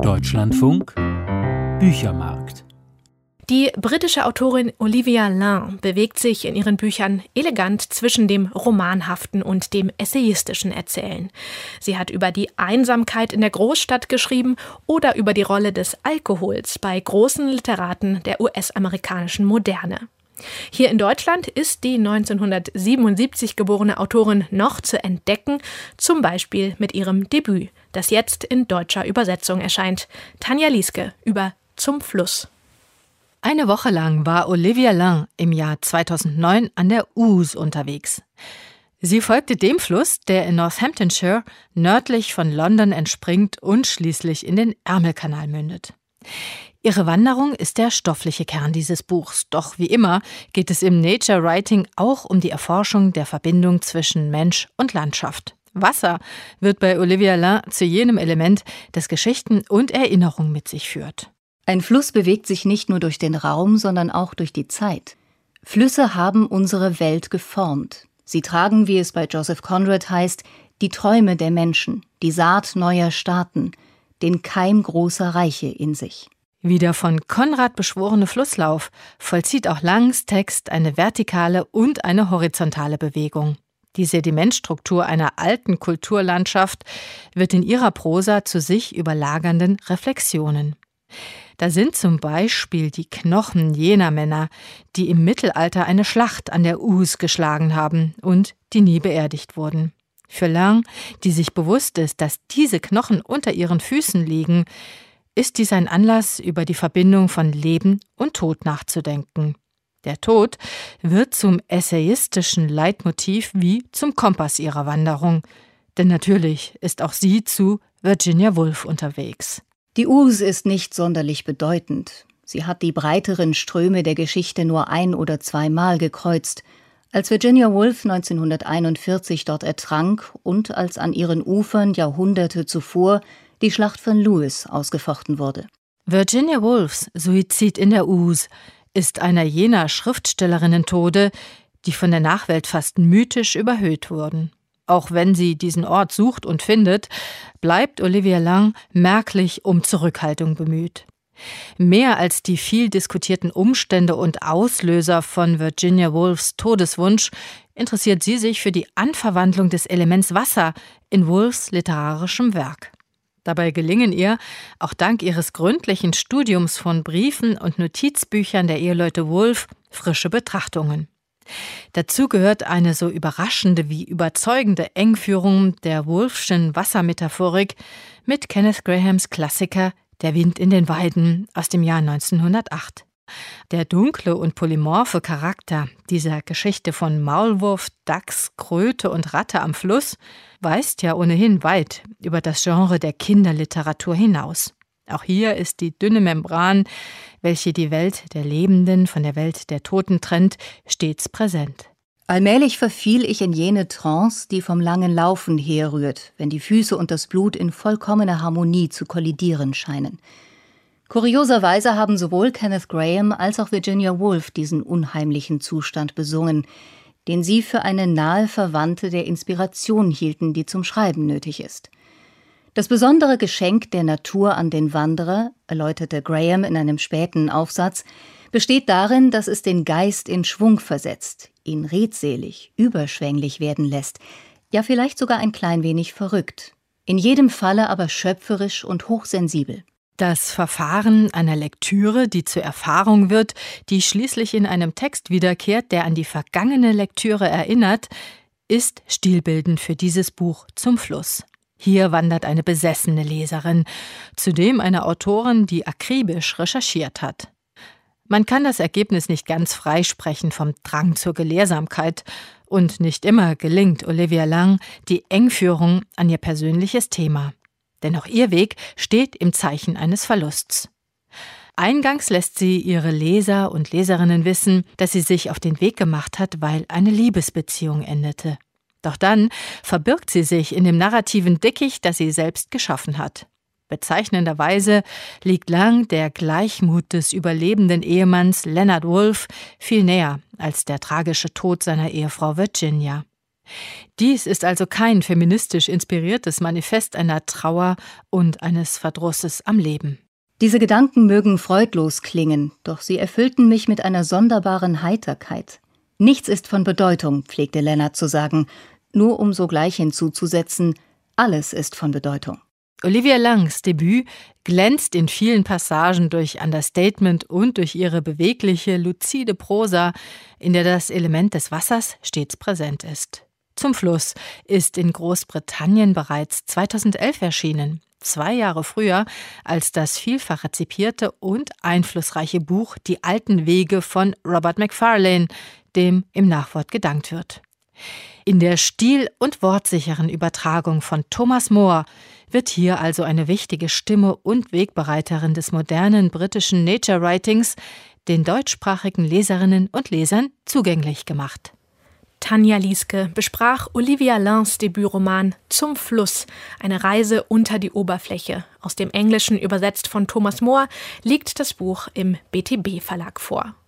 Deutschlandfunk Büchermarkt. Die britische Autorin Olivia Lin bewegt sich in ihren Büchern elegant zwischen dem romanhaften und dem essayistischen Erzählen. Sie hat über die Einsamkeit in der Großstadt geschrieben oder über die Rolle des Alkohols bei großen Literaten der US-amerikanischen Moderne. Hier in Deutschland ist die 1977 geborene Autorin noch zu entdecken, zum Beispiel mit ihrem Debüt, das jetzt in deutscher Übersetzung erscheint. Tanja Lieske über Zum Fluss. Eine Woche lang war Olivia Lin im Jahr 2009 an der Ouse unterwegs. Sie folgte dem Fluss, der in Northamptonshire nördlich von London entspringt und schließlich in den Ärmelkanal mündet. Ihre Wanderung ist der stoffliche Kern dieses Buchs. Doch wie immer geht es im Nature Writing auch um die Erforschung der Verbindung zwischen Mensch und Landschaft. Wasser wird bei Olivia Lin zu jenem Element, das Geschichten und Erinnerung mit sich führt. Ein Fluss bewegt sich nicht nur durch den Raum, sondern auch durch die Zeit. Flüsse haben unsere Welt geformt. Sie tragen, wie es bei Joseph Conrad heißt, die Träume der Menschen, die Saat neuer Staaten, den Keim großer Reiche in sich. Wie der von Konrad beschworene Flusslauf vollzieht auch Lins Text eine vertikale und eine horizontale Bewegung. Die Sedimentstruktur einer alten Kulturlandschaft wird in ihrer Prosa zu sich überlagernden Reflexionen. Da sind zum Beispiel die Knochen jener Männer, die im Mittelalter eine Schlacht an der Ouse geschlagen haben und die nie beerdigt wurden. Für Lin, die sich bewusst ist, dass diese Knochen unter ihren Füßen liegen, ist dies ein Anlass, über die Verbindung von Leben und Tod nachzudenken. Der Tod wird zum essayistischen Leitmotiv wie zum Kompass ihrer Wanderung. Denn natürlich ist auch sie zu Virginia Woolf unterwegs. Die Ouse ist nicht sonderlich bedeutend. Sie hat die breiteren Ströme der Geschichte nur ein- oder zweimal gekreuzt, als Virginia Woolf 1941 dort ertrank und als an ihren Ufern Jahrhunderte zuvor die Schlacht von Lewes ausgefochten wurde. Virginia Woolfs Suizid in der Ouse ist einer jener Schriftstellerinnen-Tode, die von der Nachwelt fast mythisch überhöht wurden. Auch wenn sie diesen Ort sucht und findet, bleibt Olivia Lin merklich um Zurückhaltung bemüht. Mehr als die viel diskutierten Umstände und Auslöser von Virginia Woolfs Todeswunsch interessiert sie sich für die Anverwandlung des Elements Wasser in Woolfs literarischem Werk. Dabei gelingen ihr, auch dank ihres gründlichen Studiums von Briefen und Notizbüchern der Eheleute Woolf, frische Betrachtungen. Dazu gehört eine so überraschende wie überzeugende Engführung der Woolfschen Wassermetaphorik mit Kenneth Grahams Klassiker Der Wind in den Weiden aus dem Jahr 1908. Der dunkle und polymorphe Charakter dieser Geschichte von Maulwurf, Dachs, Kröte und Ratte am Fluss weist ja ohnehin weit über das Genre der Kinderliteratur hinaus. Auch hier ist die dünne Membran, welche die Welt der Lebenden von der Welt der Toten trennt, stets präsent. Allmählich verfiel ich in jene Trance, die vom langen Laufen herrührt, wenn die Füße und das Blut in vollkommener Harmonie zu kollidieren scheinen. Kurioserweise haben sowohl Kenneth Graham als auch Virginia Woolf diesen unheimlichen Zustand besungen, den sie für eine nahe Verwandte der Inspiration hielten, die zum Schreiben nötig ist. Das besondere Geschenk der Natur an den Wanderer, erläuterte Graham in einem späten Aufsatz, besteht darin, dass es den Geist in Schwung versetzt, ihn redselig, überschwänglich werden lässt, ja vielleicht sogar ein klein wenig verrückt, in jedem Falle aber schöpferisch und hochsensibel. Das Verfahren einer Lektüre, die zur Erfahrung wird, die schließlich in einem Text wiederkehrt, der an die vergangene Lektüre erinnert, ist stilbildend für dieses Buch Zum Fluss. Hier wandert eine besessene Leserin, zudem eine Autorin, die akribisch recherchiert hat. Man kann das Ergebnis nicht ganz freisprechen vom Drang zur Gelehrsamkeit und nicht immer gelingt Olivia Lin die Engführung an ihr persönliches Thema. Denn auch ihr Weg steht im Zeichen eines Verlusts. Eingangs lässt sie ihre Leser und Leserinnen wissen, dass sie sich auf den Weg gemacht hat, weil eine Liebesbeziehung endete. Doch dann verbirgt sie sich in dem narrativen Dickicht, das sie selbst geschaffen hat. Bezeichnenderweise liegt Lin der Gleichmut des überlebenden Ehemanns Leonard Woolf viel näher als der tragische Tod seiner Ehefrau Virginia. Dies ist also kein feministisch inspiriertes Manifest einer Trauer und eines Verdrusses am Leben. Diese Gedanken mögen freudlos klingen, doch sie erfüllten mich mit einer sonderbaren Heiterkeit. Nichts ist von Bedeutung, pflegte Leonard zu sagen, nur um sogleich hinzuzusetzen, alles ist von Bedeutung. Olivia Langs Debüt glänzt in vielen Passagen durch Understatement und durch ihre bewegliche, luzide Prosa, in der das Element des Wassers stets präsent ist. Zum Fluss ist in Großbritannien bereits 2011 erschienen, 2 Jahre früher als das vielfach rezipierte und einflussreiche Buch Die alten Wege von Robert Macfarlane, dem im Nachwort gedankt wird. In der stil- und wortsicheren Übertragung von Thomas More wird hier also eine wichtige Stimme und Wegbereiterin des modernen britischen Nature-Writings den deutschsprachigen Leserinnen und Lesern zugänglich gemacht. Tanja Lieske besprach Olivia Langs Debütroman Zum Fluss, eine Reise unter die Oberfläche. Aus dem Englischen übersetzt von Thomas More liegt das Buch im BTB Verlag vor.